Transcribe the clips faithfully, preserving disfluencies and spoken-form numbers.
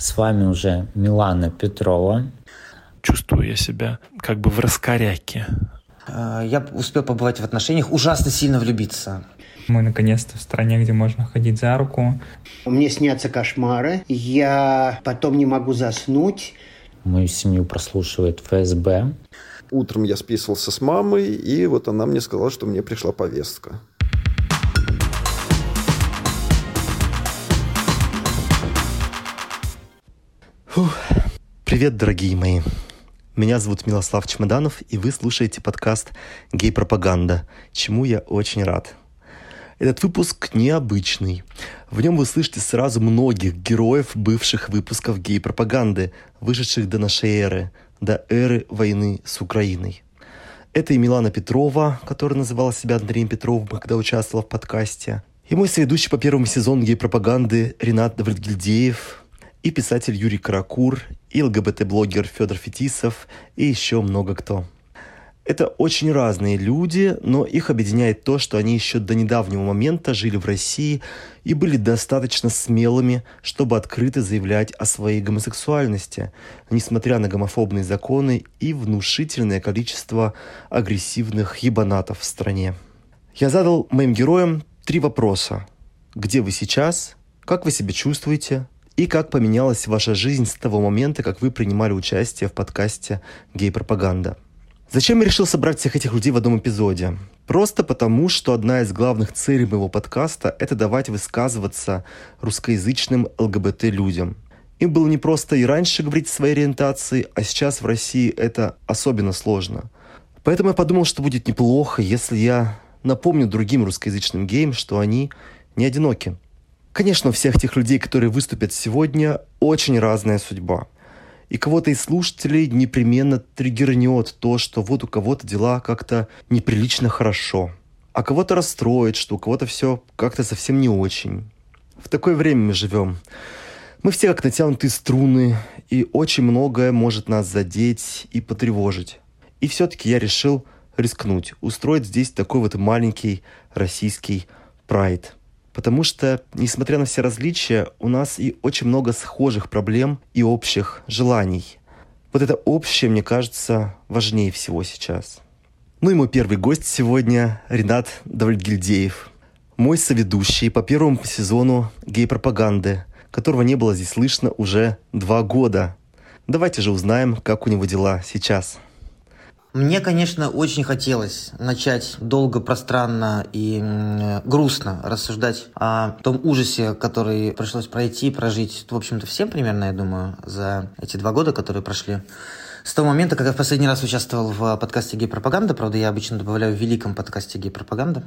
С вами уже Милана Петрова. Чувствую я себя как бы в раскоряке. Я успел побывать в отношениях, ужасно сильно влюбиться. Мы наконец-то в стране, где можно ходить за руку. Мне снятся кошмары, я потом не могу заснуть. Мою семью прослушивает эф эс бэ. Утром я списывался с мамой, и вот она мне сказала, что мне пришла повестка. Фух. Привет, дорогие мои. Меня зовут Милослав Чемоданов, и вы слушаете подкаст «Гей-пропаганда», чему я очень рад. Этот выпуск необычный. В нем вы слышите сразу многих героев бывших выпусков «Гей-пропаганды», вышедших до нашей эры, до эры войны с Украиной. Это и Милана Петрова, которая называла себя Андреем Петровым, когда участвовала в подкасте, и мой соведущий по первому сезону «Гей-пропаганды» Ринат Давлетгильдеев, и писатель Юрий Каракур, и ЛГБТ-блогер Федор Фетисов, и еще много кто. Это очень разные люди, но их объединяет то, что они еще до недавнего момента жили в России и были достаточно смелыми, чтобы открыто заявлять о своей гомосексуальности, несмотря на гомофобные законы и внушительное количество агрессивных ебанатов в стране. Я задал моим героям три вопроса. Где вы сейчас? Как вы себя чувствуете? И как поменялась ваша жизнь с того момента, как вы принимали участие в подкасте «Гей-пропаганда». Зачем я решил собрать всех этих людей в одном эпизоде? Просто потому, что одна из главных целей моего подкаста – это давать высказываться русскоязычным ЛГБТ-людям. Им было непросто и раньше говорить о своей ориентации, а сейчас в России это особенно сложно. Поэтому я подумал, что будет неплохо, если я напомню другим русскоязычным геям, что они не одиноки. Конечно, у всех тех людей, которые выступят сегодня, очень разная судьба. И кого-то из слушателей непременно триггернет то, что вот у кого-то дела как-то неприлично хорошо. А кого-то расстроит, что у кого-то все как-то совсем не очень. В такое время мы живем. Мы все как натянутые струны, и очень многое может нас задеть и потревожить. И все-таки я решил рискнуть, устроить здесь такой вот маленький российский прайд. Потому что, несмотря на все различия, у нас и очень много схожих проблем и общих желаний. Вот это общее, мне кажется, важнее всего сейчас. Ну и мой первый гость сегодня – Ринат Давлетгильдеев. Мой соведущий по первому сезону «Гей-пропаганды», которого не было здесь слышно уже два года. Давайте же узнаем, как у него дела сейчас. Мне, конечно, очень хотелось начать долго, пространно и м- грустно рассуждать о том ужасе, который пришлось пройти, прожить, в общем-то, всем примерно, я думаю, за эти два года, которые прошли. С того момента, как я в последний раз участвовал в подкасте «Гей-пропаганда», правда, я обычно добавляю в великом подкасте «Гей-пропаганда».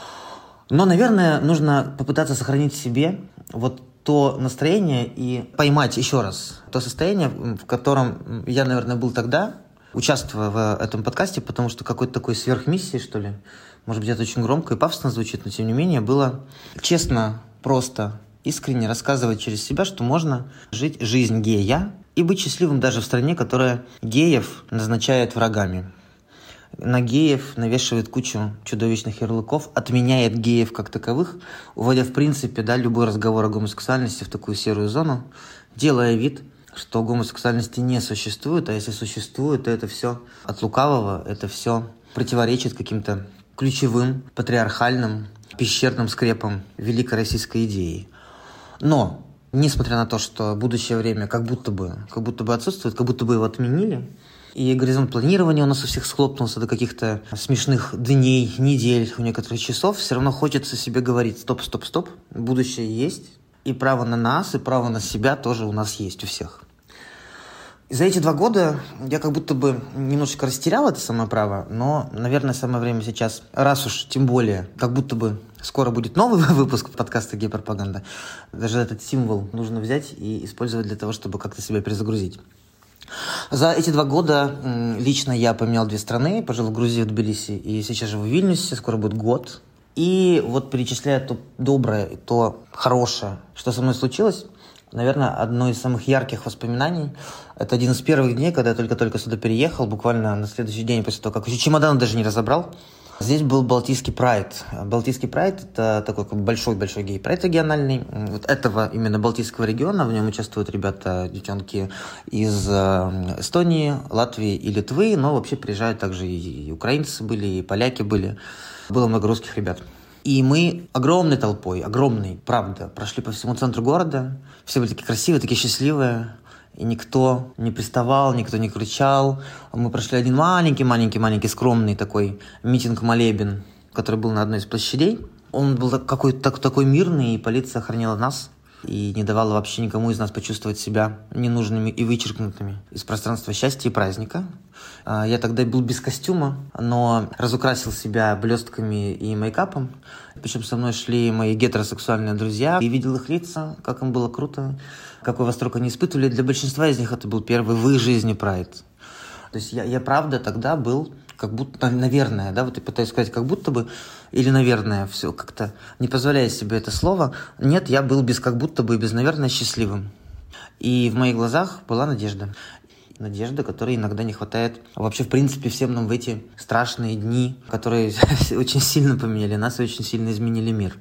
Но, наверное, нужно попытаться сохранить в себе вот то настроение и поймать еще раз то состояние, в котором я, наверное, был тогда, участвуя в этом подкасте, потому что какой-то такой сверхмиссии, что ли, может быть, это очень громко и пафосно звучит, но тем не менее было честно, просто, искренне рассказывать через себя, что можно жить жизнь гея и быть счастливым даже в стране, которая геев назначает врагами. На геев навешивает кучу чудовищных ярлыков, отменяет геев как таковых, уводя, в принципе, да, любой разговор о гомосексуальности в такую серую зону, делая вид, что гомосексуальности не существует, а если существует, то это все от лукавого, это все противоречит каким-то ключевым, патриархальным, пещерным скрепам великой российской идеи. Но, несмотря на то, что будущее время как будто бы, как будто бы отсутствует, как будто бы его отменили, и горизонт планирования у нас у всех схлопнулся до каких-то смешных дней, недель, у некоторых часов, все равно хочется себе говорить: стоп, стоп, стоп, будущее есть, и право на нас, и право на себя тоже у нас есть у всех. За эти два года я как будто бы немножечко растерял это самое право, но, наверное, самое время сейчас, раз уж тем более, как будто бы скоро будет новый выпуск подкаста «Гей-пропаганда», даже этот символ нужно взять и использовать для того, чтобы как-то себя перезагрузить. За эти два года лично я поменял две страны, пожил в Грузии, в Тбилиси, и сейчас живу в Вильнюсе, скоро будет год. И вот перечисляя то доброе и то хорошее, что со мной случилось, наверное, одно из самых ярких воспоминаний – это один из первых дней, когда я только-только сюда переехал, буквально на следующий день после того, как еще чемоданы даже не разобрал. Здесь был Балтийский прайд. Балтийский прайд – это такой как большой-большой гей-прайд региональный. Вот этого именно Балтийского региона. В нем участвуют ребята, девчонки из Эстонии, Латвии и Литвы. Но вообще приезжают также и украинцы были, и поляки были. Было много русских ребят. И мы огромной толпой, огромной, правда, прошли по всему центру города. Все были такие красивые, такие счастливые. И никто не приставал, никто не кричал. Мы прошли один маленький-маленький-маленький скромный такой митинг-молебен, который был на одной из площадей. Он был какой-то так, такой мирный, и полиция охраняла нас. И не давала вообще никому из нас почувствовать себя ненужными и вычеркнутыми из пространства счастья и праздника. Я тогда был без костюма, но разукрасил себя блестками и мейкапом. Причем со мной шли мои гетеросексуальные друзья. И видел их лица, как им было круто, какой восторг они испытывали. Для большинства из них это был первый в их жизни прайд. То есть я, я правда тогда был как будто, наверное, да, вот я пытаюсь сказать как будто бы, или наверное, все как-то не позволяя себе это слово. Нет, я был без как будто бы и без наверное счастливым. И в моих глазах была надежда. Надежда, которой иногда не хватает вообще, в принципе, всем нам в эти страшные дни, которые очень сильно поменяли нас и очень сильно изменили мир.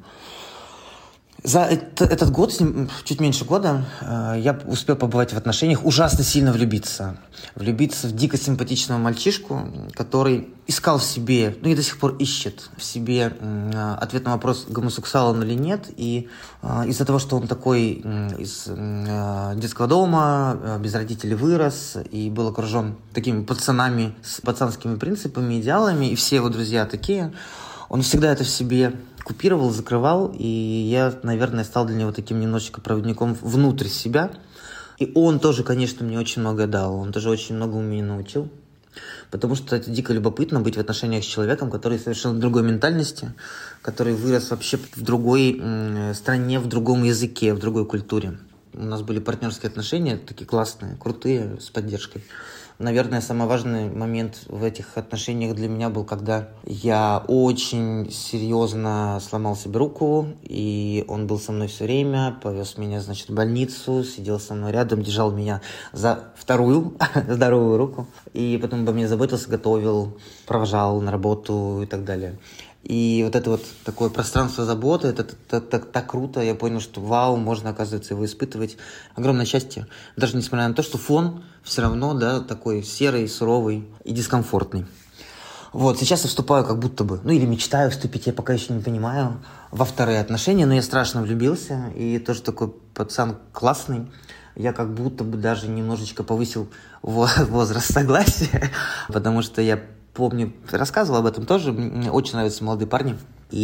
За это, этот год, чуть меньше года, я успел побывать в отношениях, ужасно сильно влюбиться. Влюбиться в дико симпатичного мальчишку, который искал в себе, ну и до сих пор ищет в себе ответ на вопрос, гомосексуал он или нет. И из-за того, что он такой из детского дома, без родителей вырос и был окружен такими пацанами с пацанскими принципами, идеалами, и все его друзья такие, он всегда это в себе купировал, закрывал, и я, наверное, стал для него таким немножечко проводником внутрь себя. И он тоже, конечно, мне очень многое дал, он тоже очень многому меня научил, потому что это дико любопытно быть в отношениях с человеком, который совершенно другой ментальности, который вырос вообще в другой стране, в другом языке, в другой культуре. У нас были партнерские отношения, такие классные, крутые, с поддержкой. Наверное, самый важный момент в этих отношениях для меня был, когда я очень серьезно сломал себе руку, и он был со мной все время, повез меня, значит, в больницу, сидел со мной рядом, держал меня за вторую здоровую руку, и потом обо мне заботился, готовил, провожал на работу и так далее. И вот это вот такое пространство заботы, это так, так, так круто, я понял, что вау, можно, оказывается, его испытывать. Огромное счастье, даже несмотря на то, что фон все равно, да, такой серый, суровый и дискомфортный. Вот, сейчас я вступаю как будто бы, ну или мечтаю вступить, я пока еще не понимаю, во вторые отношения, но я страшно влюбился, и тоже такой пацан классный. Я как будто бы даже немножечко повысил возраст согласия, потому что я помню, рассказывал об этом тоже. Мне очень нравятся молодые парни.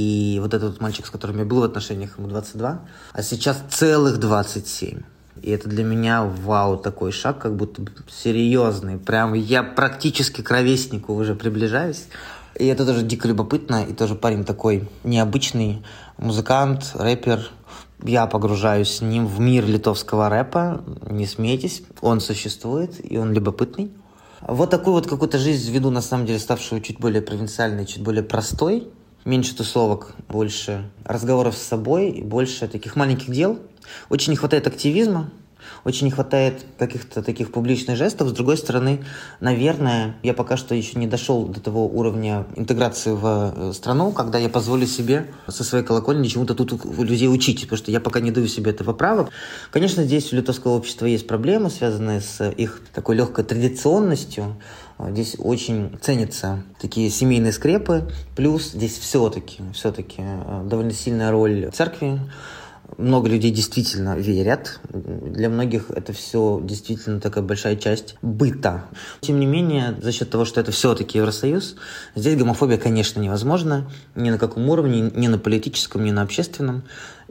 И вот этот вот мальчик, с которым я был в отношениях, ему двадцать два, а сейчас целых двадцать семь. И это для меня, вау, такой шаг, как будто бы серьезный. Прям я практически к ровеснику уже приближаюсь. И это тоже дико любопытно. И тоже парень такой необычный, музыкант, рэпер. Я погружаюсь с ним в мир литовского рэпа. Не смейтесь, он существует, и он любопытный. Вот такую вот какую-то жизнь веду, на самом деле, ставшую чуть более провинциальной, чуть более простой. Меньше тусовок, больше разговоров с собой и больше таких маленьких дел. Очень не хватает активизма, очень не хватает каких-то таких публичных жестов. С другой стороны, наверное, я пока что еще не дошел до того уровня интеграции в страну, когда я позволю себе со своей колокольни чему-то тут у людей учить, потому что я пока не даю себе этого права. Конечно, здесь у литовского общества есть проблемы, связанные с их такой легкой традиционностью. Здесь очень ценятся такие семейные скрепы, плюс здесь все-таки, все-таки довольно сильная роль церкви. Много людей действительно верят. Для многих это все действительно такая большая часть быта. Тем не менее, за счет того, что это все-таки Евросоюз, здесь гомофобия, конечно, невозможна. Ни на каком уровне, ни на политическом, ни на общественном.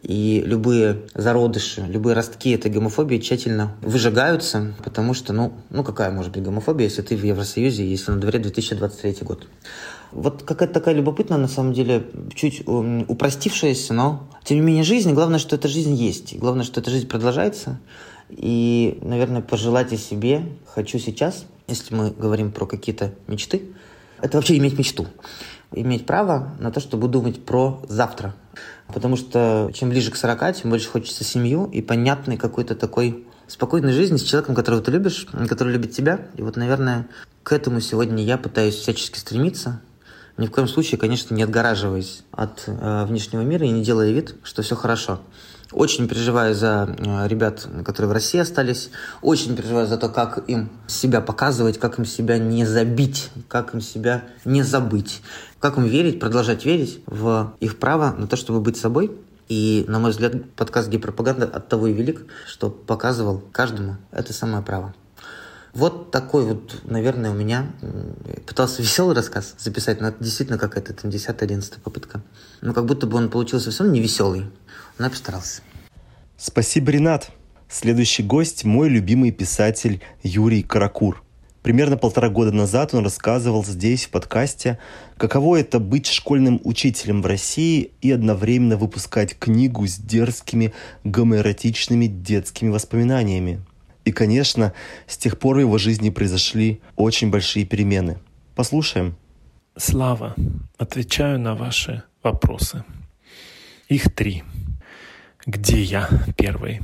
И любые зародыши, любые ростки этой гомофобии тщательно выжигаются, потому что, ну, ну какая может быть гомофобия, если ты в Евросоюзе, если на дворе две тысячи двадцать третий год. Вот какая-то такая любопытная, на самом деле, чуть упростившаяся, но, тем не менее, жизнь. Главное, что эта жизнь есть. Главное, что эта жизнь продолжается. И, наверное, пожелать о себе хочу сейчас, если мы говорим про какие-то мечты, это вообще иметь мечту. Иметь право на то, чтобы думать про завтра. Потому что чем ближе к сорока, тем больше хочется семью и понятной какой-то такой спокойной жизни с человеком, которого ты любишь, который любит тебя. И вот, наверное, к этому сегодня я пытаюсь всячески стремиться. Ни в коем случае, конечно, не отгораживаясь от э, внешнего мира и не делая вид, что все хорошо. Очень переживаю за э, ребят, которые в России остались. Очень переживаю за то, как им себя показывать, как им себя не забить, как им себя не забыть. Как им верить, продолжать верить в их право на то, чтобы быть собой. И, на мой взгляд, подкаст «Гей-пропаганда» от того и велик, что показывал каждому это самое право. Вот такой вот, наверное, у меня... Пытался веселый рассказ записать, но это действительно какая-то там десятая-одиннадцатая попытка. Но как будто бы он получился все равно не веселый. Но я постарался. Спасибо, Ренат. Следующий гость – мой любимый писатель Юрий Каракур. Примерно полтора года назад он рассказывал здесь, в подкасте, каково это быть школьным учителем в России и одновременно выпускать книгу с дерзкими гомоэротичными детскими воспоминаниями. И, конечно, с тех пор в его жизни произошли очень большие перемены. Послушаем. Слава, отвечаю на ваши вопросы. Их три. Где я первый?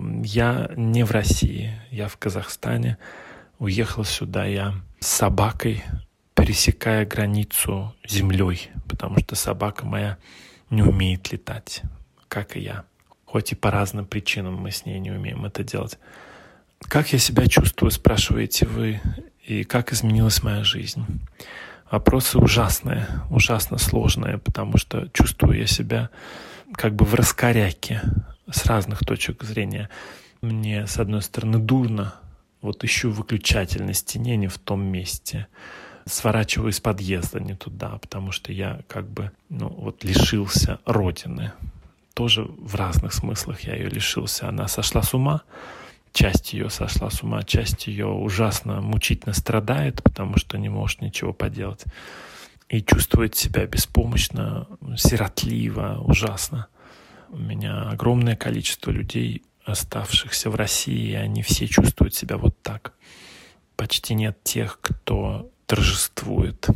Я не в России, я в Казахстане. Уехал сюда я с собакой, пересекая границу землей, потому что собака моя не умеет летать, как и я. Хоть и по разным причинам мы с ней не умеем это делать. Как я себя чувствую, спрашиваете вы, и как изменилась моя жизнь? Вопросы ужасные, ужасно сложные, потому что чувствую я себя как бы в раскоряке с разных точек зрения. Мне, с одной стороны, дурно, вот ищу выключатель на стене не в том месте, сворачиваю из подъезда не туда, потому что я как бы, ну, вот лишился родины. Тоже в разных смыслах я ее лишился. Она сошла с ума, часть ее сошла с ума, часть ее ужасно, мучительно страдает, потому что не может ничего поделать. И чувствует себя беспомощно, сиротливо, ужасно. У меня огромное количество людей, оставшихся в России, и они все чувствуют себя вот так. Почти нет тех, кто торжествует.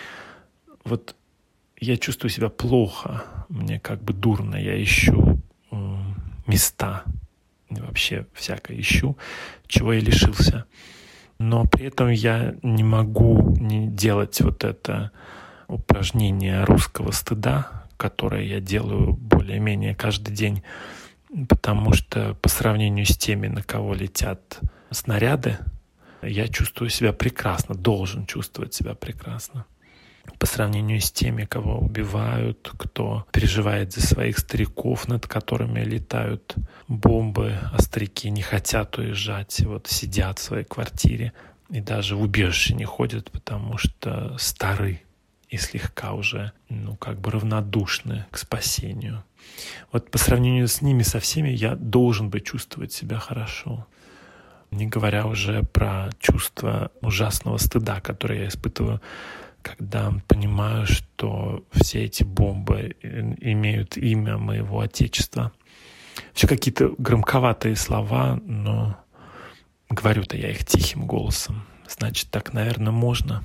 Вот я чувствую себя плохо, мне как бы дурно, я ищу места, вообще всякое ищу, чего я лишился. Но при этом я не могу не делать вот это упражнение русского стыда, которое я делаю более-менее каждый день, потому что по сравнению с теми, на кого летят снаряды, я чувствую себя прекрасно, должен чувствовать себя прекрасно. По сравнению с теми, кого убивают, кто переживает за своих стариков, над которыми летают бомбы, а старики не хотят уезжать, вот сидят в своей квартире и даже в убежище не ходят, потому что стары и слегка уже, ну, как бы равнодушны к спасению. Вот по сравнению с ними, со всеми, я должен бы чувствовать себя хорошо. Не говоря уже про чувство ужасного стыда, которое я испытываю, когда понимаю, что все эти бомбы имеют имя моего Отечества. Все какие-то громковатые слова, но говорю-то я их тихим голосом. Значит, так, наверное, можно.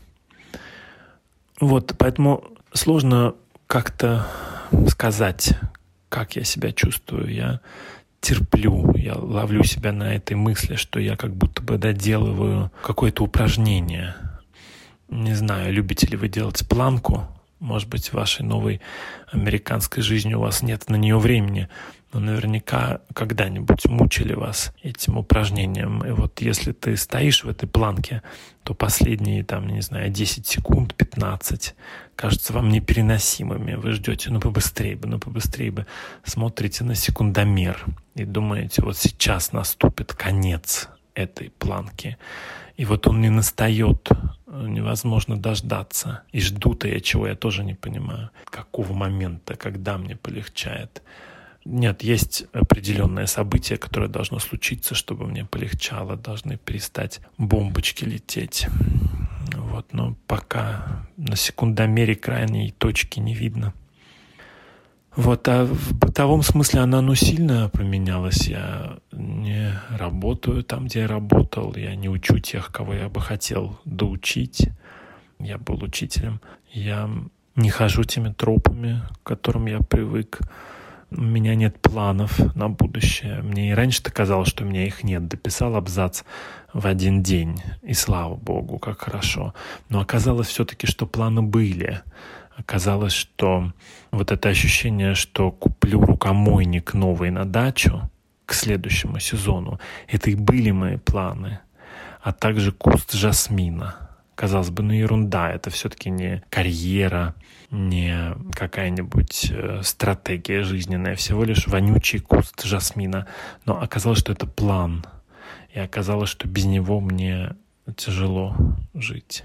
Вот, поэтому сложно как-то сказать, как я себя чувствую. Я терплю, я ловлю себя на этой мысли, что я как будто бы доделываю какое-то упражнение. Не знаю, любите ли вы делать планку. Может быть, в вашей новой американской жизни у вас нет на нее времени, но наверняка когда-нибудь мучили вас этим упражнением. И вот если ты стоишь в этой планке, то последние, там, не знаю, десять секунд, пятнадцать кажутся вам непереносимыми. Вы ждете, ну побыстрее бы, ну побыстрее бы. Смотрите на секундомер и думаете, вот сейчас наступит конец этой планки. И вот он не настает, невозможно дождаться. И жду-то я чего, я тоже не понимаю. Какого момента, когда мне полегчает. Нет, есть определенное событие, которое должно случиться, чтобы мне полегчало. Должны перестать бомбочки лететь. Вот, но пока на секундомере крайней точки не видно. Вот, а в бытовом смысле она, ну, сильно поменялась. Я не работаю там, где я работал. Я не учу тех, кого я бы хотел доучить. Я был учителем. Я не хожу теми тропами, к которым я привык. У меня нет планов на будущее. Мне и раньше-то казалось, что у меня их нет. Дописал абзац в один день. И слава богу, как хорошо. Но оказалось все-таки, что планы были. оказалось, что вот это ощущение, что куплю рукомойник новый на дачу к следующему сезону, это и были мои планы, а также куст жасмина. Казалось бы, ну ерунда, это все-таки не карьера, не какая-нибудь стратегия жизненная, всего лишь вонючий куст жасмина. Но оказалось, что это план, и оказалось, что без него мне тяжело жить.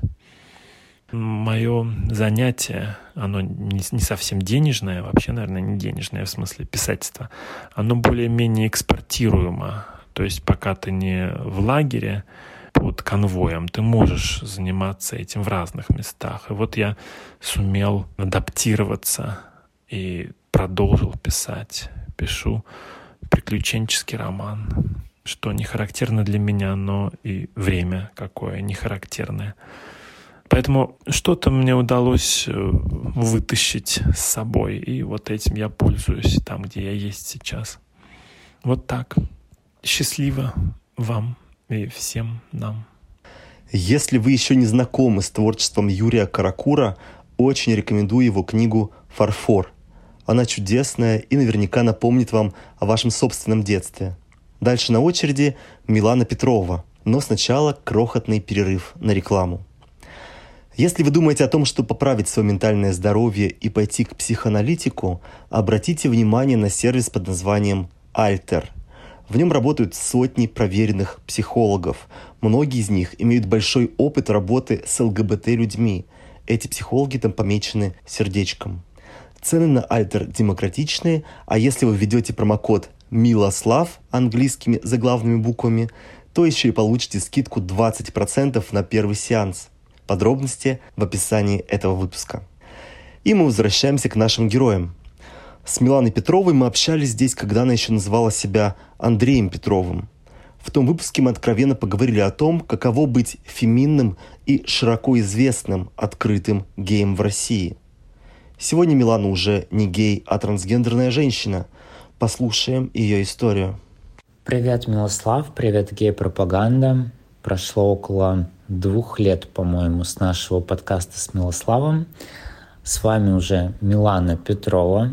Мое занятие, оно не, не совсем денежное, вообще, наверное, не денежное в смысле писательства, оно более-менее экспортируемо. То есть пока ты не в лагере под конвоем, ты можешь заниматься этим в разных местах. И вот я сумел адаптироваться и продолжил писать. Пишу приключенческий роман, что не характерно для меня, но и время какое не характерное. Поэтому что-то мне удалось вытащить с собой, и вот этим я пользуюсь там, где я есть сейчас. Вот так. Счастливо вам и всем нам. Если вы еще не знакомы с творчеством Юрия Каракура, очень рекомендую его книгу «Фарфор». Она чудесная и наверняка напомнит вам о вашем собственном детстве. Дальше на очереди Милана Петрова, но сначала крохотный перерыв на рекламу. Если вы думаете о том, что поправить свое ментальное здоровье и пойти к психоаналитику, обратите внимание на сервис под названием «Альтер». В нем работают сотни проверенных психологов. Многие из них имеют большой опыт работы с ЛГБТ-людьми. Эти психологи там помечены сердечком. Цены на Альтер демократичные, а если вы введете промокод «Милослав» английскими заглавными буквами, то еще и получите скидку двадцать процентов на первый сеанс. Подробности в описании этого выпуска. И мы возвращаемся к нашим героям. С Миланой Петровой мы общались здесь, когда она еще называла себя Андреем Петровым. В том выпуске мы откровенно поговорили о том, каково быть феминным и широко известным открытым геем в России. Сегодня Милана уже не гей, а трансгендерная женщина. Послушаем ее историю. Привет, Милослав, привет, гей-пропаганда. Прошло около двух лет, по-моему, с нашего подкаста с Милославом. С вами уже Милана Петрова.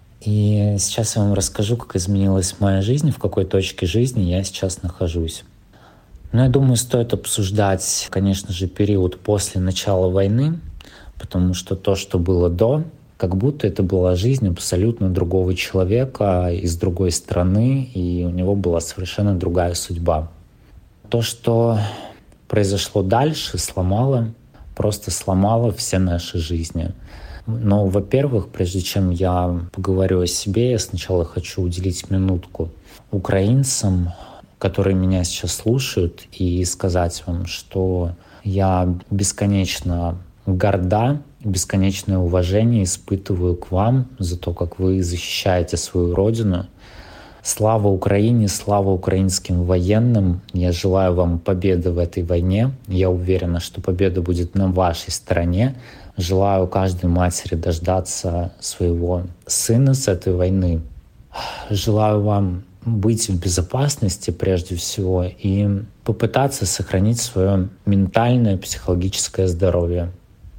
И сейчас я вам расскажу, как изменилась моя жизнь, в какой точке жизни я сейчас нахожусь. Но я думаю, стоит обсуждать, конечно же, период после начала войны, потому что то, что было до, как будто это была жизнь абсолютно другого человека из другой страны, и у него была совершенно другая судьба. То, что произошло дальше, сломало, просто сломало все наши жизни. Но, во-первых, прежде чем я поговорю о себе, я сначала хочу уделить минутку украинцам, которые меня сейчас слушают, и сказать вам, что я бесконечно горда, бесконечное уважение испытываю к вам за то, как вы защищаете свою родину. Слава Украине, слава украинским военным. Я желаю вам победы в этой войне. Я уверена, что победа будет на вашей стороне. Желаю каждой матери дождаться своего сына с этой войны. Желаю вам быть в безопасности прежде всего и попытаться сохранить свое ментальное, психологическое здоровье.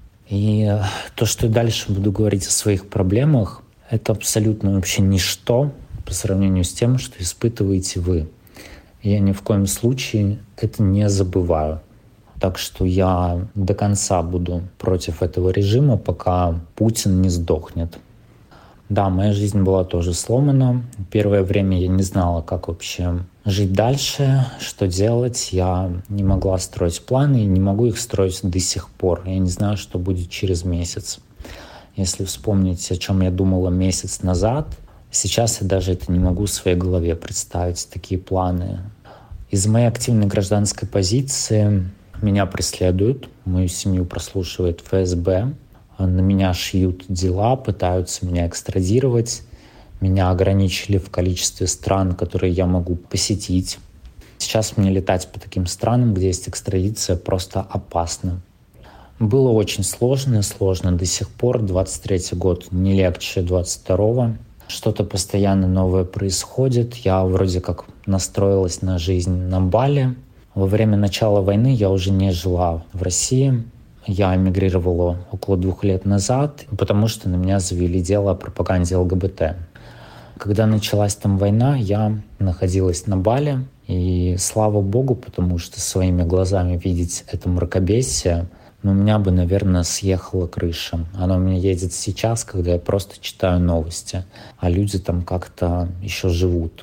И то, что я дальше буду говорить о своих проблемах, это абсолютно вообще ничто по сравнению с тем, что испытываете вы. Я ни в коем случае это не забываю. Так что я до конца буду против этого режима, пока Путин не сдохнет. Да, моя жизнь была тоже сломана. Первое время я не знала, как вообще жить дальше, что делать. Я не могла строить планы и не могу их строить до сих пор. Я не знаю, что будет через месяц. Если вспомнить, о чем я думала месяц назад, сейчас я даже это не могу в своей голове представить, такие планы. Из моей активной гражданской позиции меня преследуют, мою семью прослушивает эф эс бэ, на меня шьют дела, пытаются меня экстрадировать. Меня ограничили в количестве стран, которые я могу посетить. Сейчас мне летать по таким странам, где есть экстрадиция, просто опасно. Было очень сложно, сложно до сих пор. двадцать третий год не легче двадцать второго. Что-то постоянно новое происходит. Я вроде как настроилась на жизнь на Бали. Во время начала войны я уже не жила в России. Я эмигрировала около двух лет назад, потому что на меня завели дело о пропаганде ЛГБТ. Когда началась там война, я находилась на Бали, и слава богу, потому что своими глазами видеть это мракобесие, ну, у меня бы, наверное, съехала крыша. Она у меня едет сейчас, когда я просто читаю новости, а люди там как-то еще живут.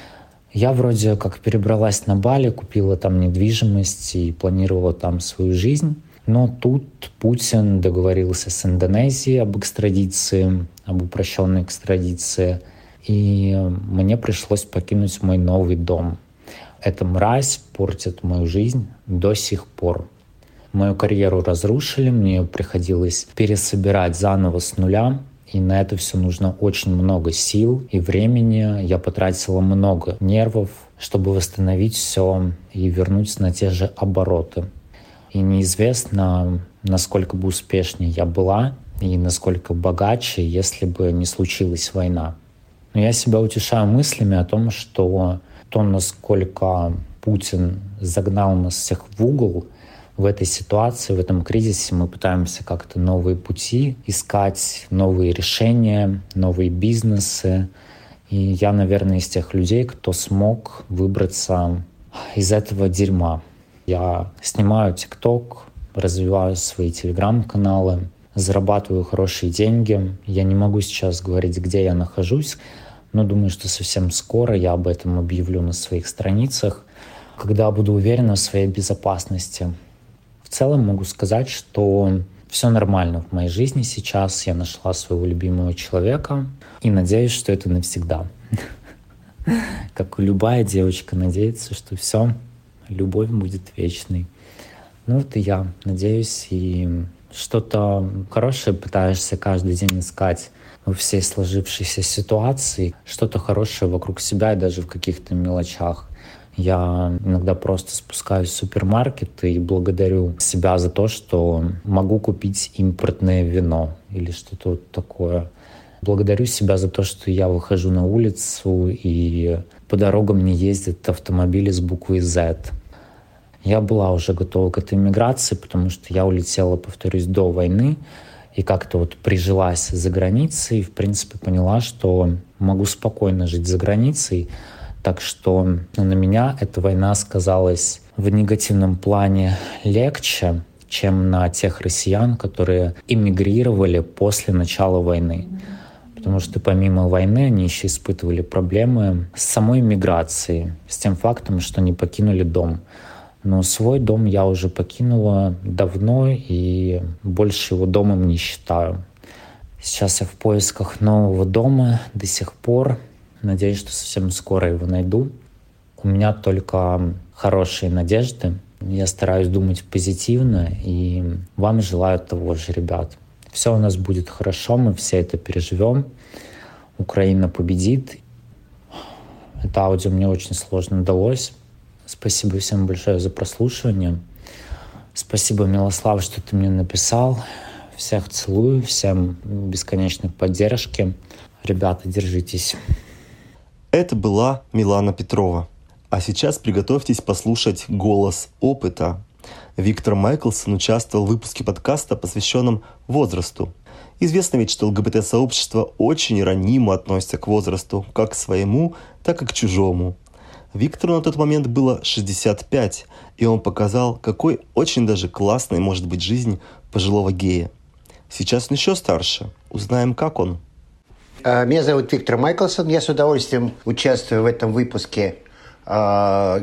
Я вроде как перебралась на Бали, купила там недвижимость и планировала там свою жизнь. Но тут Путин договорился с Индонезией об экстрадиции, об упрощенной экстрадиции. И мне пришлось покинуть мой новый дом. Эта мразь портит мою жизнь до сих пор. Мою карьеру разрушили, мне приходилось пересобирать заново с нуля. И на это все нужно очень много сил и времени. Я потратила много нервов, чтобы восстановить все и вернуть на те же обороты. И неизвестно, насколько бы успешнее я была и насколько богаче, если бы не случилась война. Но я себя утешаю мыслями о том, что то, насколько Путин загнал нас всех в угол, в этой ситуации, в этом кризисе мы пытаемся как-то новые пути искать, новые решения, новые бизнесы. И я, наверное, из тех людей, кто смог выбраться из этого дерьма. Я снимаю ТикТок, развиваю свои телеграм-каналы, зарабатываю хорошие деньги. Я не могу сейчас говорить, где я нахожусь, но думаю, что совсем скоро я об этом объявлю на своих страницах, когда буду уверена в своей безопасности. В целом могу сказать, что все нормально в моей жизни сейчас. Я нашла своего любимого человека и надеюсь, что это навсегда. Как и любая девочка надеется, что все, любовь будет вечной. Ну вот и я надеюсь, и что-то хорошее пытаешься каждый день искать во всей сложившейся ситуации, что-то хорошее вокруг себя и даже в каких-то мелочах. Я иногда просто спускаюсь в супермаркет и благодарю себя за то, что могу купить импортное вино или что-то вот такое. Благодарю себя за то, что я выхожу на улицу и по дорогам не ездят автомобили с буквой Z. Я была уже готова к этой миграции, потому что я улетела, повторюсь, до войны и как-то вот прижилась за границей и, в принципе, поняла, что могу спокойно жить за границей. Так что на меня эта война сказалась в негативном плане легче, чем на тех россиян, которые эмигрировали после начала войны. Потому что помимо войны они еще испытывали проблемы с самой миграцией, с тем фактом, что не покинули дом. Но свой дом я уже покинула давно и больше его домом не считаю. Сейчас я в поисках нового дома до сих пор. Надеюсь, что совсем скоро его найду. У меня только хорошие надежды. Я стараюсь думать позитивно, и вам желаю того же, ребят. Все у нас будет хорошо, мы все это переживем. Украина победит. Это аудио мне очень сложно далось. Спасибо всем большое за прослушивание. Спасибо, Милослав, что ты мне написал. Всех целую, всем бесконечной поддержки. Ребята, держитесь. Это была Милана Петрова. А сейчас приготовьтесь послушать «Голос опыта». Виктор Майклсон участвовал в выпуске подкаста, посвященном возрасту. Известно ведь, что ЛГБТ-сообщество очень ранимо относится к возрасту, как к своему, так и к чужому. Виктору на тот момент было шестьдесят пять, и он показал, какой очень даже классной может быть жизнь пожилого гея. Сейчас он еще старше. Узнаем, как он. Меня зовут Виктор Майклсон. Я с удовольствием участвую в этом выпуске э,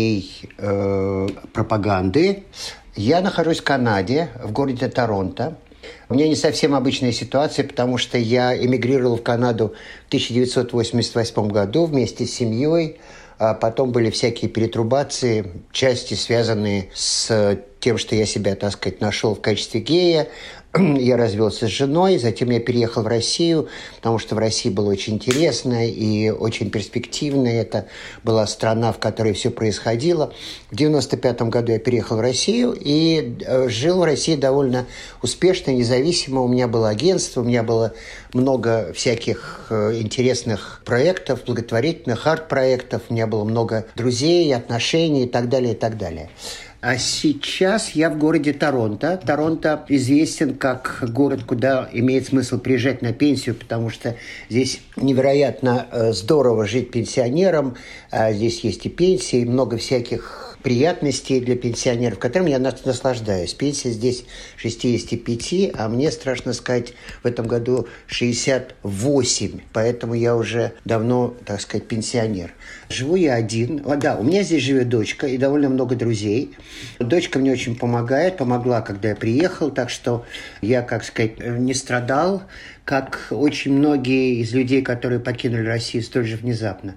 гей-пропаганды. Я нахожусь в Канаде, в городе Торонто. У меня не совсем обычная ситуация, потому что я эмигрировал в Канаду в тысяча девятьсот восемьдесят восьмом году вместе с семьей. А потом были всякие перетрубации, части, связанные с тем, что я себя, так сказать, нашел в качестве гея. Я развелся с женой, затем я переехал в Россию, потому что в России было очень интересно и очень перспективно. Это была страна, в которой все происходило. В девяносто пятом году я переехал в Россию и жил в России довольно успешно, независимо. У меня было агентство, у меня было много всяких интересных проектов, благотворительных, арт-проектов. У меня было много друзей, отношений и так далее, и так далее. А сейчас я в городе Торонто. Торонто известен как город, куда имеет смысл приезжать на пенсию, потому что здесь невероятно здорово жить пенсионерам. Здесь есть и пенсии, и много всяких приятностей для пенсионеров, которым я наслаждаюсь. Пенсия здесь шестьдесят пять, а мне, страшно сказать, в этом году шестьдесят восемь. Поэтому я уже давно, так сказать, пенсионер. Живу я один. О, да, у меня здесь живет дочка и довольно много друзей. Дочка мне очень помогает, помогла, когда я приехал, так что я, как сказать, не страдал, как очень многие из людей, которые покинули Россию столь же внезапно.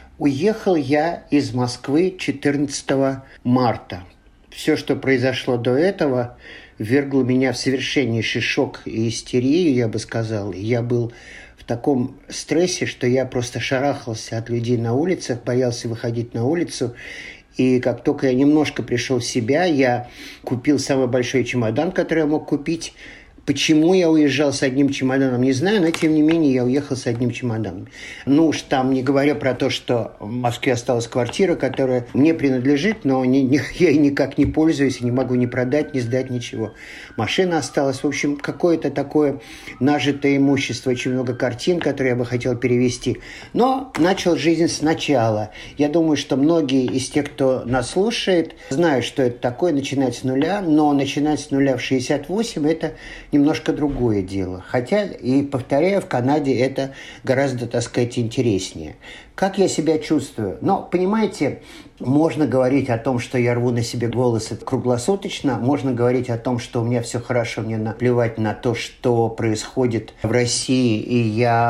Уехал я из Москвы четырнадцатого марта. Все, что произошло до этого, ввергло меня в совершеннейший шок и истерию, я бы сказал. Я был в таком стрессе, что я просто шарахался от людей на улицах, боялся выходить на улицу. И как только я немножко пришел в себя, я купил самый большой чемодан, который я мог купить. Почему я уезжал с одним чемоданом, не знаю, но тем не менее я уехал с одним чемоданом. Ну уж там, не говоря про то, что в Москве осталась квартира, которая мне принадлежит, но не, не, я ей никак не пользуюсь, не могу ни продать, ни сдать, ничего. Машина осталась, в общем, какое-то такое нажитое имущество, очень много картин, которые я бы хотел перевести. Но начал жизнь сначала. Я думаю, что многие из тех, кто нас слушает, знают, что это такое, начинать с нуля, но начинать с нуля в шестьдесят восемь – это немножко другое дело. Хотя, и повторяю, в Канаде это гораздо, так сказать, интереснее. Как я себя чувствую? Но, понимаете, можно говорить о том, что я рву на себе волосы круглосуточно, можно говорить о том, что у меня все хорошо, мне наплевать на то, что происходит в России, и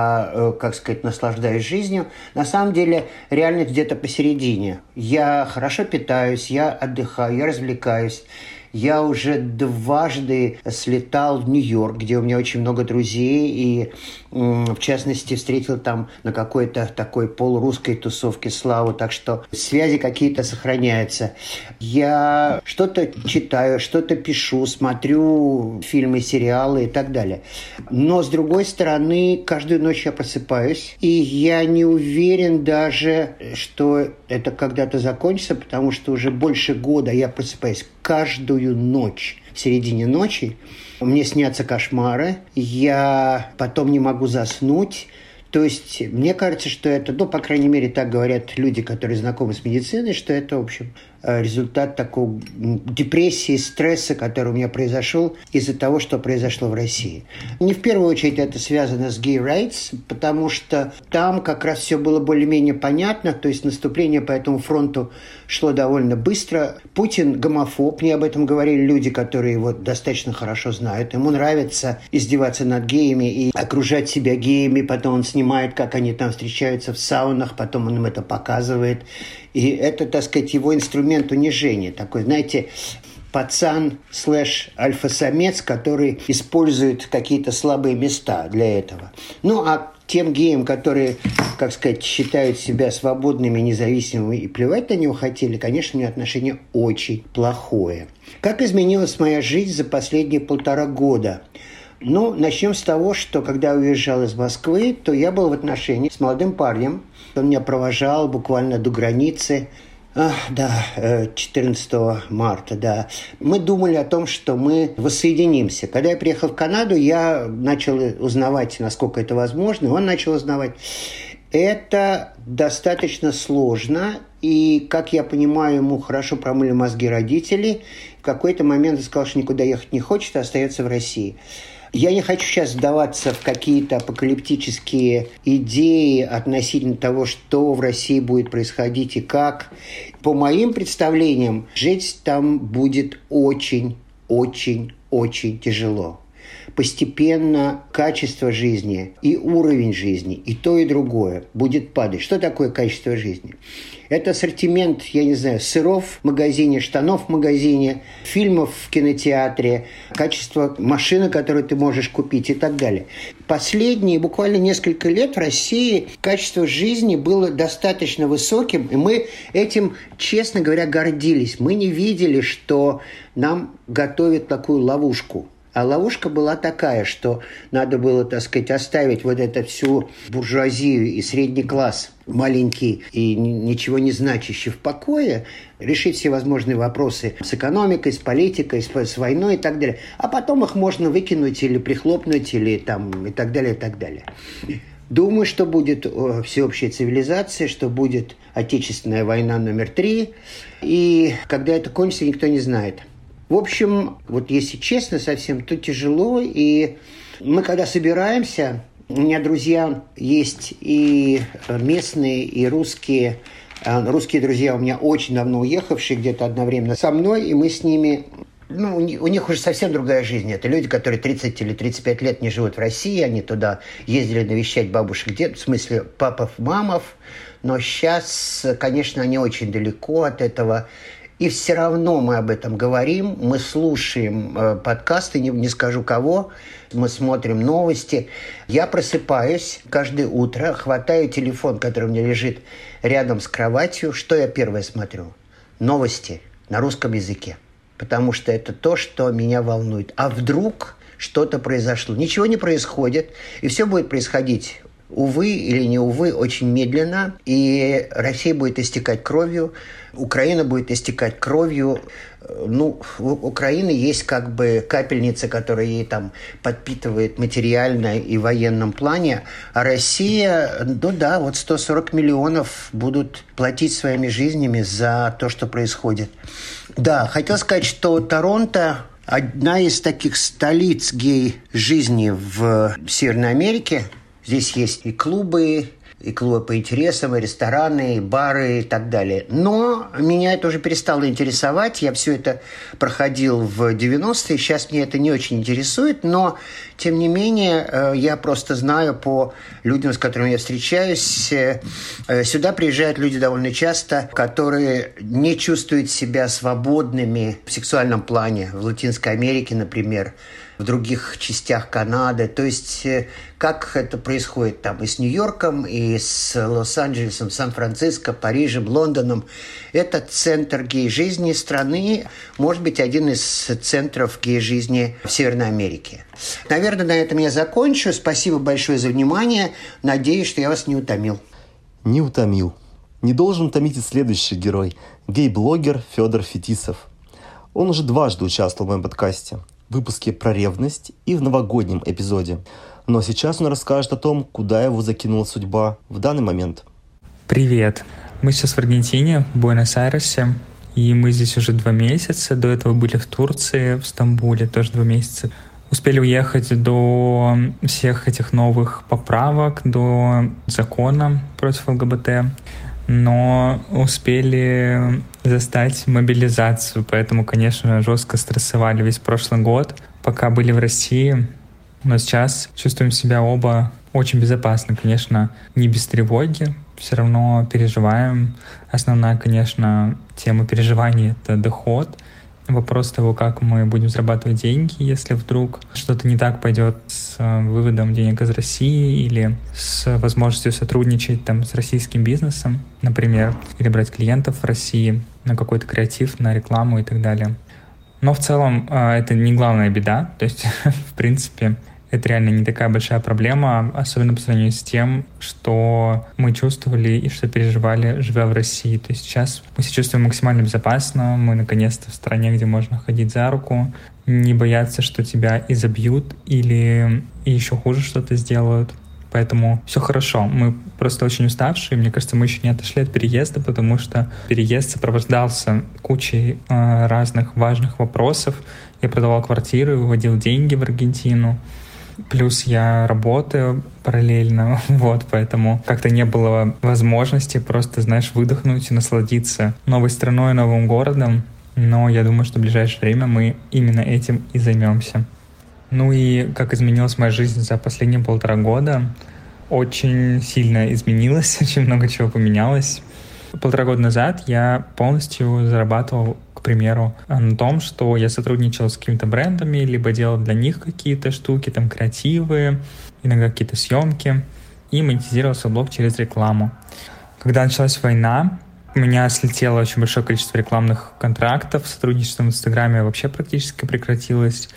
я, как сказать, наслаждаюсь жизнью. На самом деле, реальность где-то посередине. Я хорошо питаюсь, я отдыхаю, я развлекаюсь. Я уже дважды слетал в Нью-Йорк, где у меня очень много друзей, и, в частности, встретил там на какой-то такой полурусской тусовке Славу, так что связи какие-то сохраняются. Я что-то читаю, что-то пишу, смотрю фильмы, сериалы и так далее. Но, с другой стороны, каждую ночь я просыпаюсь, и я не уверен даже, что это когда-то закончится, потому что уже больше года я просыпаюсь каждую ночь. В середине ночи мне снятся кошмары, я потом не могу заснуть. То есть мне кажется, что это, ну, по крайней мере, так говорят люди, которые знакомы с медициной, что это, в общем, результат такой депрессии, стресса, который у меня произошел из-за того, что произошло в России. Не в первую очередь это связано с gay rights, потому что там как раз все было более-менее понятно, то есть наступление по этому фронту шло довольно быстро. Путин гомофоб, мне об этом говорили люди, которые его достаточно хорошо знают. Ему нравится издеваться над геями и окружать себя геями, потом он снимает, как они там встречаются в саунах, потом он им это показывает. И это, так сказать, его инструмент унижения. Такой, знаете, пацан слэш альфа-самец, который использует какие-то слабые места для этого. Ну, а тем геям, которые, как сказать, считают себя свободными, независимыми и плевать на него хотели, конечно, у меня отношение очень плохое. Как изменилась моя жизнь за последние полтора года? Ну, начнем с того, что когда я уезжал из Москвы, то я был в отношении с молодым парнем. Он меня провожал буквально до границы. А, да, четырнадцатого марта, да. Мы думали о том, что мы воссоединимся. Когда я приехал в Канаду, я начал узнавать, насколько это возможно. Он начал узнавать. Это достаточно сложно. И, как я понимаю, ему хорошо промыли мозги родители. В какой-то момент он сказал, что никуда ехать не хочет, а остается в России. Я не хочу сейчас вдаваться в какие-то апокалиптические идеи относительно того, что в России будет происходить и как. По моим представлениям, жить там будет очень-очень-очень тяжело. Постепенно качество жизни и уровень жизни, и то, и другое будет падать. Что такое качество жизни? Это ассортимент, я не знаю, сыров в магазине, штанов в магазине, фильмов в кинотеатре, качество машины, которую ты можешь купить и так далее. Последние буквально несколько лет в России качество жизни было достаточно высоким, и мы этим, честно говоря, гордились. Мы не видели, что нам готовят такую ловушку. А ловушка была такая, что надо было, так сказать, оставить вот эту всю буржуазию и средний класс маленький и ничего не значащий в покое, решить все возможные вопросы с экономикой, с политикой, с, с войной и так далее. А потом их можно выкинуть или прихлопнуть, или там и так далее, и так далее. Думаю, что будет всеобщая цивилизация, что будет Отечественная война номер три. И когда это кончится, никто не знает. В общем, вот если честно совсем, то тяжело. И мы когда собираемся, у меня друзья есть и местные, и русские. Русские друзья у меня очень давно уехавшие, где-то одновременно со мной. И мы с ними... Ну, у них уже совсем другая жизнь. Это люди, которые тридцать или тридцать пять лет не живут в России. Они туда ездили навещать бабушек, дед, в смысле папов, мамов. Но сейчас, конечно, они очень далеко от этого. И все равно мы об этом говорим. Мы слушаем э, подкасты, не, не скажу кого. Мы смотрим новости. Я просыпаюсь каждое утро, хватаю телефон, который у меня лежит рядом с кроватью. Что я первое смотрю? Новости на русском языке. Потому что это то, что меня волнует. А вдруг что-то произошло? Ничего не происходит, и все будет происходить, увы или не увы, очень медленно. И Россия будет истекать кровью, Украина будет истекать кровью. Ну, у Украины есть как бы капельница, которая ей там подпитывает материально и в военном плане. А Россия, ну да, вот сто сорок миллионов будут платить своими жизнями за то, что происходит. Да, хотел сказать, что Торонто – одна из таких столиц гей-жизни в Северной Америке. Здесь есть и клубы, и клубы по интересам, и рестораны, и бары, и так далее. Но меня это уже перестало интересовать. Я все это проходил в девяностые. Сейчас мне это не очень интересует. Но, тем не менее, я просто знаю по людям, с которыми я встречаюсь, сюда приезжают люди довольно часто, которые не чувствуют себя свободными в сексуальном плане. В Латинской Америке, например, в других частях Канады. То есть, как это происходит там и с Нью-Йорком, и с Лос-Анджелесом, Сан-Франциско, Парижем, Лондоном. Это центр гей-жизни страны, может быть, один из центров гей-жизни в Северной Америке. Наверное, на этом я закончу. Спасибо большое за внимание. Надеюсь, что я вас не утомил. Не утомил. Не должен утомить и следующий герой – гей-блогер Федор Фетисов. Он уже дважды участвовал в моем подкасте. В выпуске про ревность и в новогоднем эпизоде. Но сейчас он расскажет о том, куда его закинула судьба в данный момент. Привет! Мы сейчас в Аргентине, в Буэнос-Айресе, и мы здесь уже два месяца. До этого были в Турции, в Стамбуле тоже два месяца. Успели уехать до всех этих новых поправок, до закона против ЛГБТ, но успели застать мобилизацию, поэтому, конечно, жестко стрессовали весь прошлый год, пока были в России. Но сейчас чувствуем себя оба очень безопасно, конечно, не без тревоги, все равно переживаем. Основная, конечно, тема переживаний — это доход. Вопрос того, как мы будем зарабатывать деньги, если вдруг что-то не так пойдет с выводом денег из России или с возможностью сотрудничать там с российским бизнесом, например, или брать клиентов в России на какой-то креатив, на рекламу и так далее. Но в целом это не главная беда, то есть, в принципе, это реально не такая большая проблема, особенно по сравнению с тем, что мы чувствовали и что переживали, живя в России. То есть сейчас мы себя чувствуем максимально безопасно, мы наконец-то в стране, где можно ходить за руку, не бояться, что тебя изобьют или еще хуже что-то сделают. Поэтому все хорошо. Мы просто очень уставшие. Мне кажется, мы еще не отошли от переезда, потому что переезд сопровождался кучей э, разных важных вопросов. Я продавал квартиру, выводил деньги в Аргентину. Плюс я работаю параллельно, вот, поэтому как-то не было возможности просто, знаешь, выдохнуть и насладиться новой страной, новым городом. Но я думаю, что в ближайшее время мы именно этим и займемся. Ну и как изменилась моя жизнь за последние полтора года? Очень сильно изменилась, очень много чего поменялось. Полтора года назад я полностью зарабатывал, к примеру, на том, что я сотрудничал с какими-то брендами, либо делал для них какие-то штуки, там креативы, иногда какие-то съемки, и монетизировал свой блог через рекламу. Когда началась война, у меня слетело очень большое количество рекламных контрактов, сотрудничество в Инстаграме вообще практически прекратилось.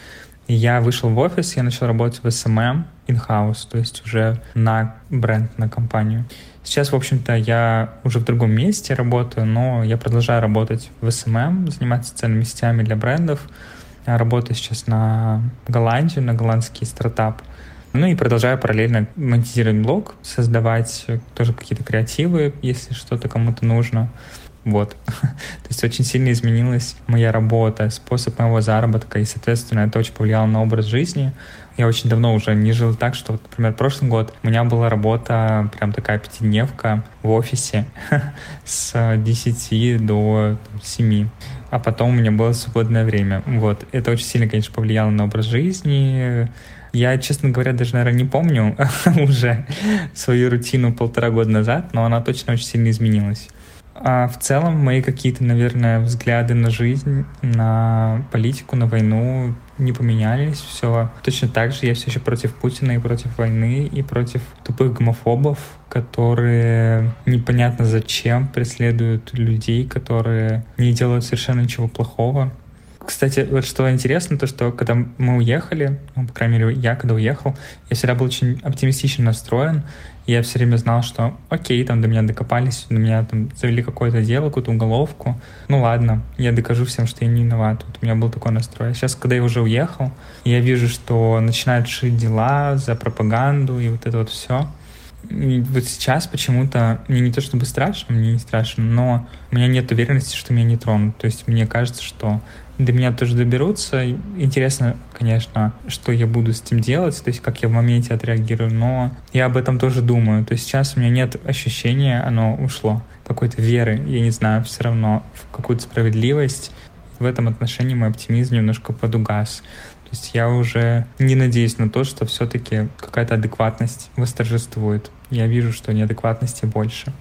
Я вышел в офис, я начал работать в эс эм эм in-house, то есть уже на бренд, на компанию. Сейчас, в общем-то, я уже в другом месте работаю, но я продолжаю работать в эс эм эм, заниматься социальными сетями для брендов. Я работаю сейчас на Голландию, на голландский стартап. Ну и продолжаю параллельно монетизировать блог, создавать тоже какие-то креативы, если что-то кому-то нужно. Вот. То есть очень сильно изменилась моя работа, способ моего заработка, и, соответственно, это очень повлияло на образ жизни. Я очень давно уже не жил так, что, вот, например, прошлый год у меня была работа, прям такая пятидневка в офисе с десяти до семи, а потом у меня было свободное время. Вот. Это очень сильно, конечно, повлияло на образ жизни. Я, честно говоря, даже, наверное, не помню уже свою рутину полтора года назад, но она точно очень сильно изменилась. А в целом мои какие-то, наверное, взгляды на жизнь, на политику, на войну не поменялись. Все точно так же. Я все еще против Путина и против войны, и против тупых гомофобов, которые непонятно зачем преследуют людей, которые не делают совершенно ничего плохого. Кстати, вот что интересно, то что когда мы уехали, ну, по крайней мере, я когда уехал, я всегда был очень оптимистично настроен. Я все время знал, что окей, там до меня докопались, до меня там завели какое-то дело, какую-то уголовку. Ну ладно, я докажу всем, что я не виноват. Вот у меня был такой настрой. Сейчас, когда я уже уехал, я вижу, что начинают шить дела за пропаганду и вот это вот все. И вот сейчас почему-то мне не то чтобы страшно, мне не страшно, но у меня нет уверенности, что меня не тронут. То есть мне кажется, что до меня тоже доберутся. Интересно, конечно, что я буду с этим делать, то есть как я в моменте отреагирую, но я об этом тоже думаю. То есть сейчас у меня нет ощущения, оно ушло, какой-то веры, я не знаю, все равно в какую-то справедливость. В этом отношении мой оптимизм немножко подугас. То есть я уже не надеюсь на то, что все-таки какая-то адекватность восторжествует. Я вижу, что неадекватности больше.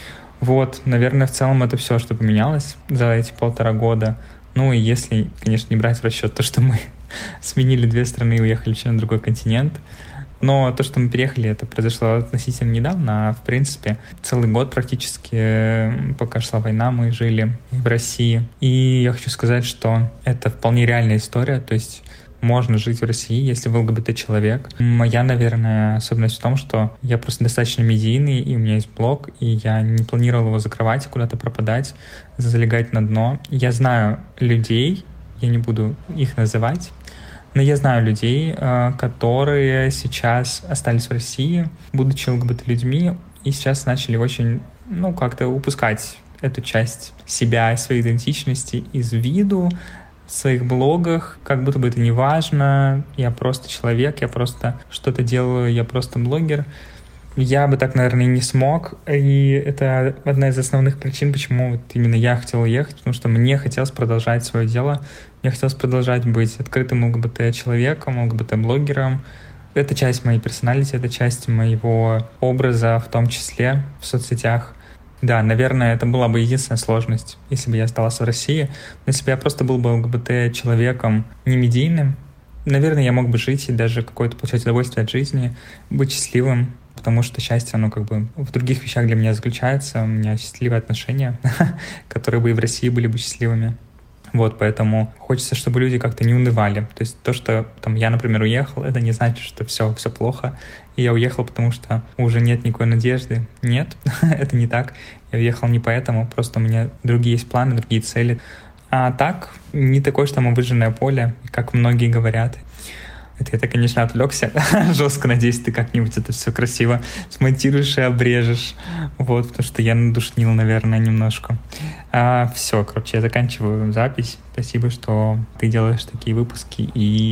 Вот, наверное, в целом это все, что поменялось за эти полтора года. Ну и если, конечно, не брать в расчет то, что мы сменили две страны и уехали вообще на другой континент. Но то, что мы переехали, это произошло относительно недавно, а в принципе целый год практически, пока шла война, мы жили в России. И я хочу сказать, что это вполне реальная история, то есть можно жить в России, если вы ЛГБТ-человек. Моя, наверное, особенность в том, что я просто достаточно медийный, и у меня есть блог, и я не планировал его закрывать, куда-то пропадать, залегать на дно. Я знаю людей, я не буду их называть, но я знаю людей, которые сейчас остались в России, будучи ЛГБТ-людьми, и сейчас начали очень, ну, как-то упускать эту часть себя и своей идентичности из виду, в своих блогах, как будто бы это не важно, я просто человек, я просто что-то делаю, я просто блогер. Я бы так, наверное, не смог, и это одна из основных причин, почему вот именно я хотел уехать, потому что мне хотелось продолжать свое дело, мне хотелось продолжать быть открытым ЛГБТ-человеком, ЛГБТ-блогером. Это часть моей персоналити, это часть моего образа, в том числе в соцсетях. Да, наверное, это была бы единственная сложность, если бы я остался в России. Но если бы я просто был бы ЛГБТ-человеком не медийным, наверное, я мог бы жить и даже какое-то получать удовольствие от жизни, быть счастливым, потому что счастье, оно как бы в других вещах для меня заключается. У меня счастливые отношения, которые бы и в России были бы счастливыми. Вот, поэтому хочется, чтобы люди как-то не унывали. То есть то, что там я, например, уехал, это не значит, что все, все плохо. И я уехал, потому что уже нет никакой надежды. Нет, это не так. Я уехал не поэтому, просто у меня другие есть планы, другие цели. А так, не такое, что мы выжженное поле, как многие говорят. Это я, конечно, отвлекся. Жестко, надеюсь, ты как-нибудь это все красиво смонтируешь и обрежешь. Вот, потому что я надушнил, наверное, немножко. А, все, короче, я заканчиваю запись. Спасибо, что ты делаешь такие выпуски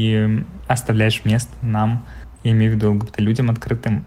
и оставляешь место нам, я имею в виду ЛГБТ-людям открытым,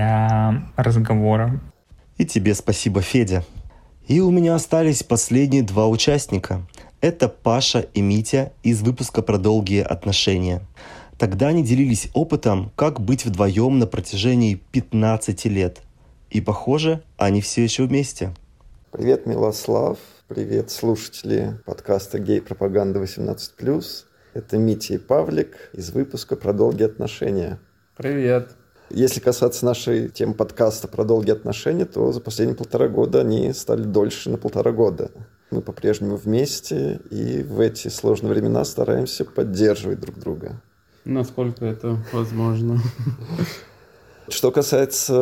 для разговора. И тебе спасибо, Федя. И у меня остались последние два участника. Это Паша и Митя из выпуска про долгие отношения. Тогда они делились опытом, как быть вдвоем на протяжении пятнадцати лет. И, похоже, они все еще вместе. Привет, Милослав. Привет, слушатели подкаста «Гей-пропаганда восемнадцать плюс». Это Митя и Павлик из выпуска про долгие отношения. Привет. Если касаться нашей темы подкаста про долгие отношения, то за последние полтора года они стали дольше на полтора года. Мы по-прежнему вместе и в эти сложные времена стараемся поддерживать друг друга. насколько это возможно. Что касается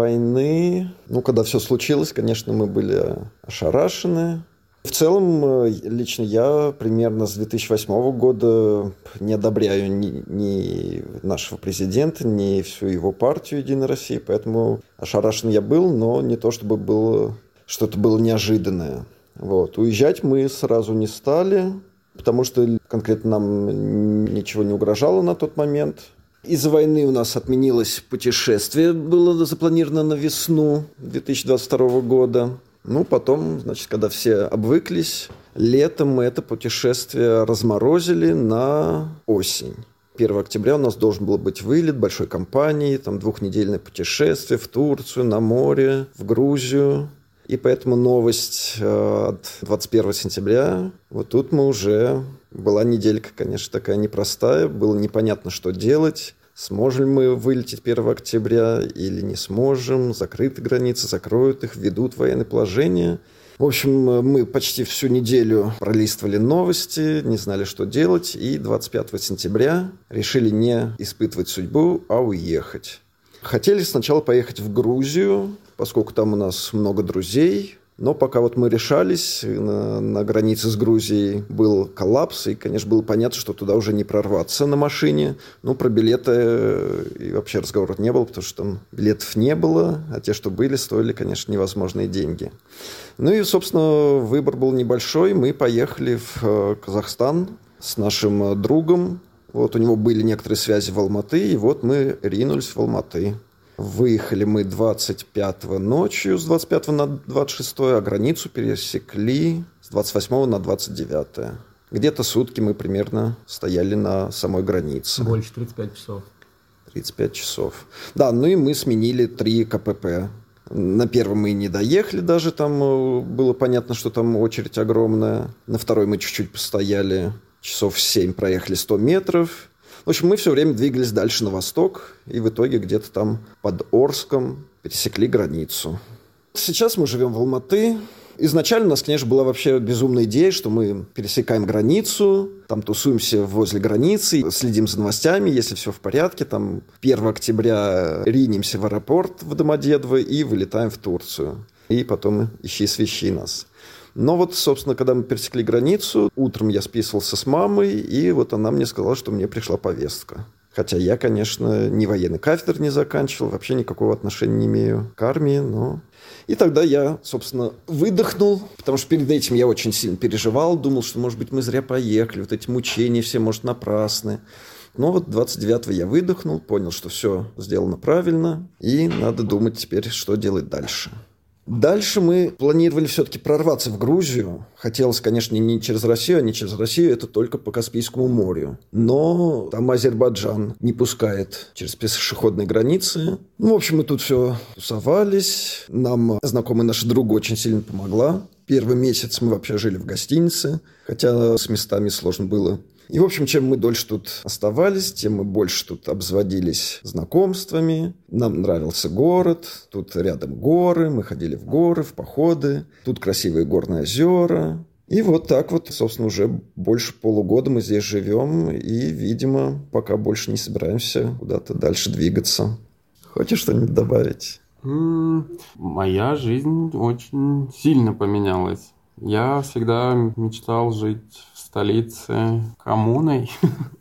войны, ну, когда все случилось, конечно, мы были ошарашены. В целом, лично я примерно с две тысячи восьмого года не одобряю ни, ни нашего президента, ни всю его партию «Единая Россия», поэтому ошарашен я был, но не то чтобы было, что-то было неожиданное. Вот. Уезжать мы сразу не стали, потому что конкретно нам ничего не угрожало на тот момент. Из-за войны у нас отменилось путешествие, было запланировано на весну две тысячи двадцать второго года. Ну, потом, значит, когда все обвыклись, летом мы это путешествие разморозили на осень. первого октября у нас должен был быть вылет большой компании, там двухнедельное путешествие в Турцию, на море, в Грузию. И поэтому новость от двадцать первого сентября, вот тут мы уже... Была неделька, конечно, такая непростая, было непонятно, что делать. Сможем мы вылететь первого октября или не сможем, закрыты границы, закроют их, введут военное положение. В общем, мы почти всю неделю пролистывали новости, не знали, что делать, и двадцать пятого сентября решили не испытывать судьбу, а уехать. Хотели сначала поехать в Грузию, поскольку там у нас много друзей. Но пока вот мы решались, на, на границе с Грузией был коллапс, и, конечно, было понятно, что туда уже не прорваться на машине. Ну, про билеты и вообще разговоров не было, потому что там билетов не было, а те, что были, стоили, конечно, невозможные деньги. Ну и, собственно, выбор был небольшой. Мы поехали в Казахстан с нашим другом. Вот у него были некоторые связи в Алматы, и вот мы ринулись в Алматы. Выехали мы двадцать пятого ночью, с двадцать пятого на двадцать шестое, а границу пересекли с двадцать восьмого на двадцать девятое. Где-то сутки мы примерно стояли на самой границе. Больше тридцать пять часов. тридцать пять часов. Да, ну и мы сменили три ка пэ пэ. На первом мы не доехали даже, там было понятно, что там очередь огромная. На второй мы чуть-чуть постояли, часов семь проехали сто метров. В общем, мы все время двигались дальше на восток, и в итоге где-то там под Орском пересекли границу. Сейчас мы живем в Алматы. Изначально у нас, конечно, была вообще безумная идея, что мы пересекаем границу, там тусуемся возле границы, следим за новостями, если все в порядке. Там первого октября ринемся в аэропорт в Домодедово и вылетаем в Турцию. И потом ищи свищи нас. Но вот, собственно, когда мы пересекли границу, утром я списывался с мамой, и вот она мне сказала, что мне пришла повестка. Хотя я, конечно, ни военный кафедр не заканчивал, вообще никакого отношения не имею к армии, но... И тогда я, собственно, выдохнул, потому что перед этим я очень сильно переживал, думал, что, может быть, мы зря поехали, вот эти мучения все, может, напрасны. Но вот двадцать девятого я выдохнул, понял, что все сделано правильно, и надо думать теперь, что делать дальше. Дальше мы планировали все-таки прорваться в Грузию. Хотелось, конечно, не через Россию, а не через Россию, это только по Каспийскому морю. Но там Азербайджан не пускает через пешеходные границы. Ну, в общем, мы тут все тусовались. Нам знакомая наша друга очень сильно помогла. Первый месяц мы вообще жили в гостинице, хотя с местами сложно было. И, в общем, чем мы дольше тут оставались, тем мы больше тут обзаводились знакомствами. Нам нравился город, тут рядом горы, мы ходили в горы, в походы. Тут красивые горные озера. И вот так вот, собственно, уже больше полугода мы здесь живем. И, видимо, пока больше не собираемся куда-то дальше двигаться. Хочешь что-нибудь добавить? М-м, моя жизнь очень сильно поменялась. Я всегда мечтал жить в столице коммуной.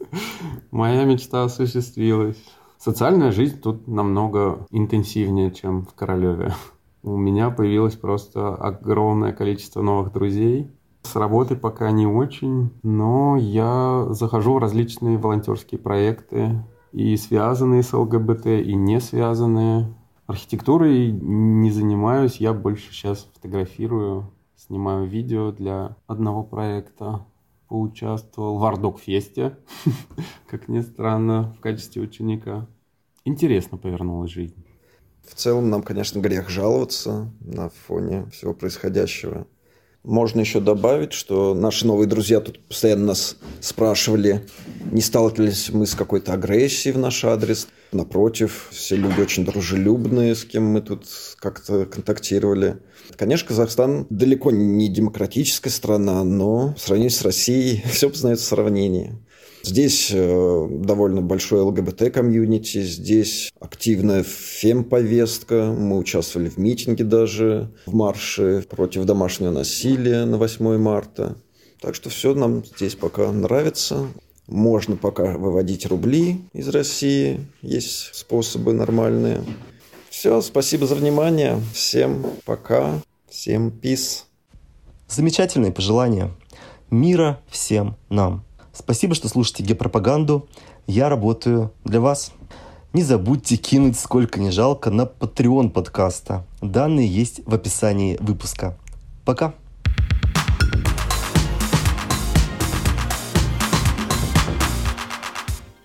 Моя мечта осуществилась. Социальная жизнь тут намного интенсивнее, чем в Королеве. У меня появилось просто огромное количество новых друзей. С работы пока не очень, но я захожу в различные волонтерские проекты, и связанные с эл гэ бэ тэ, и не связанные. Архитектурой не занимаюсь, я больше сейчас фотографирую. Снимаю видео для одного проекта. Поучаствовал в Ардок-фесте, как ни странно, в качестве ученика. Интересно повернулась жизнь. В целом нам, конечно, грех жаловаться на фоне всего происходящего. Можно еще добавить, что наши новые друзья тут постоянно нас спрашивали, не сталкивались мы с какой-то агрессией в наш адрес. Напротив, все люди очень дружелюбные, с кем мы тут как-то контактировали. Конечно, Казахстан далеко не демократическая страна, но в сравнении с Россией все познается в сравнении. Здесь э, довольно большое ЛГБТ-комьюнити, здесь активная фем-повестка. Мы участвовали в митинге даже, в марше против домашнего насилия на восьмое марта. Так что все нам здесь пока нравится. Можно пока выводить рубли из России. Есть способы нормальные. Все, спасибо за внимание. Всем пока. Всем peace. Замечательные пожелания. Мира всем нам. Спасибо, что слушаете гей-пропаганду. Я работаю для вас. Не забудьте кинуть сколько не жалко на Patreon подкаста. Данные есть в описании выпуска. Пока.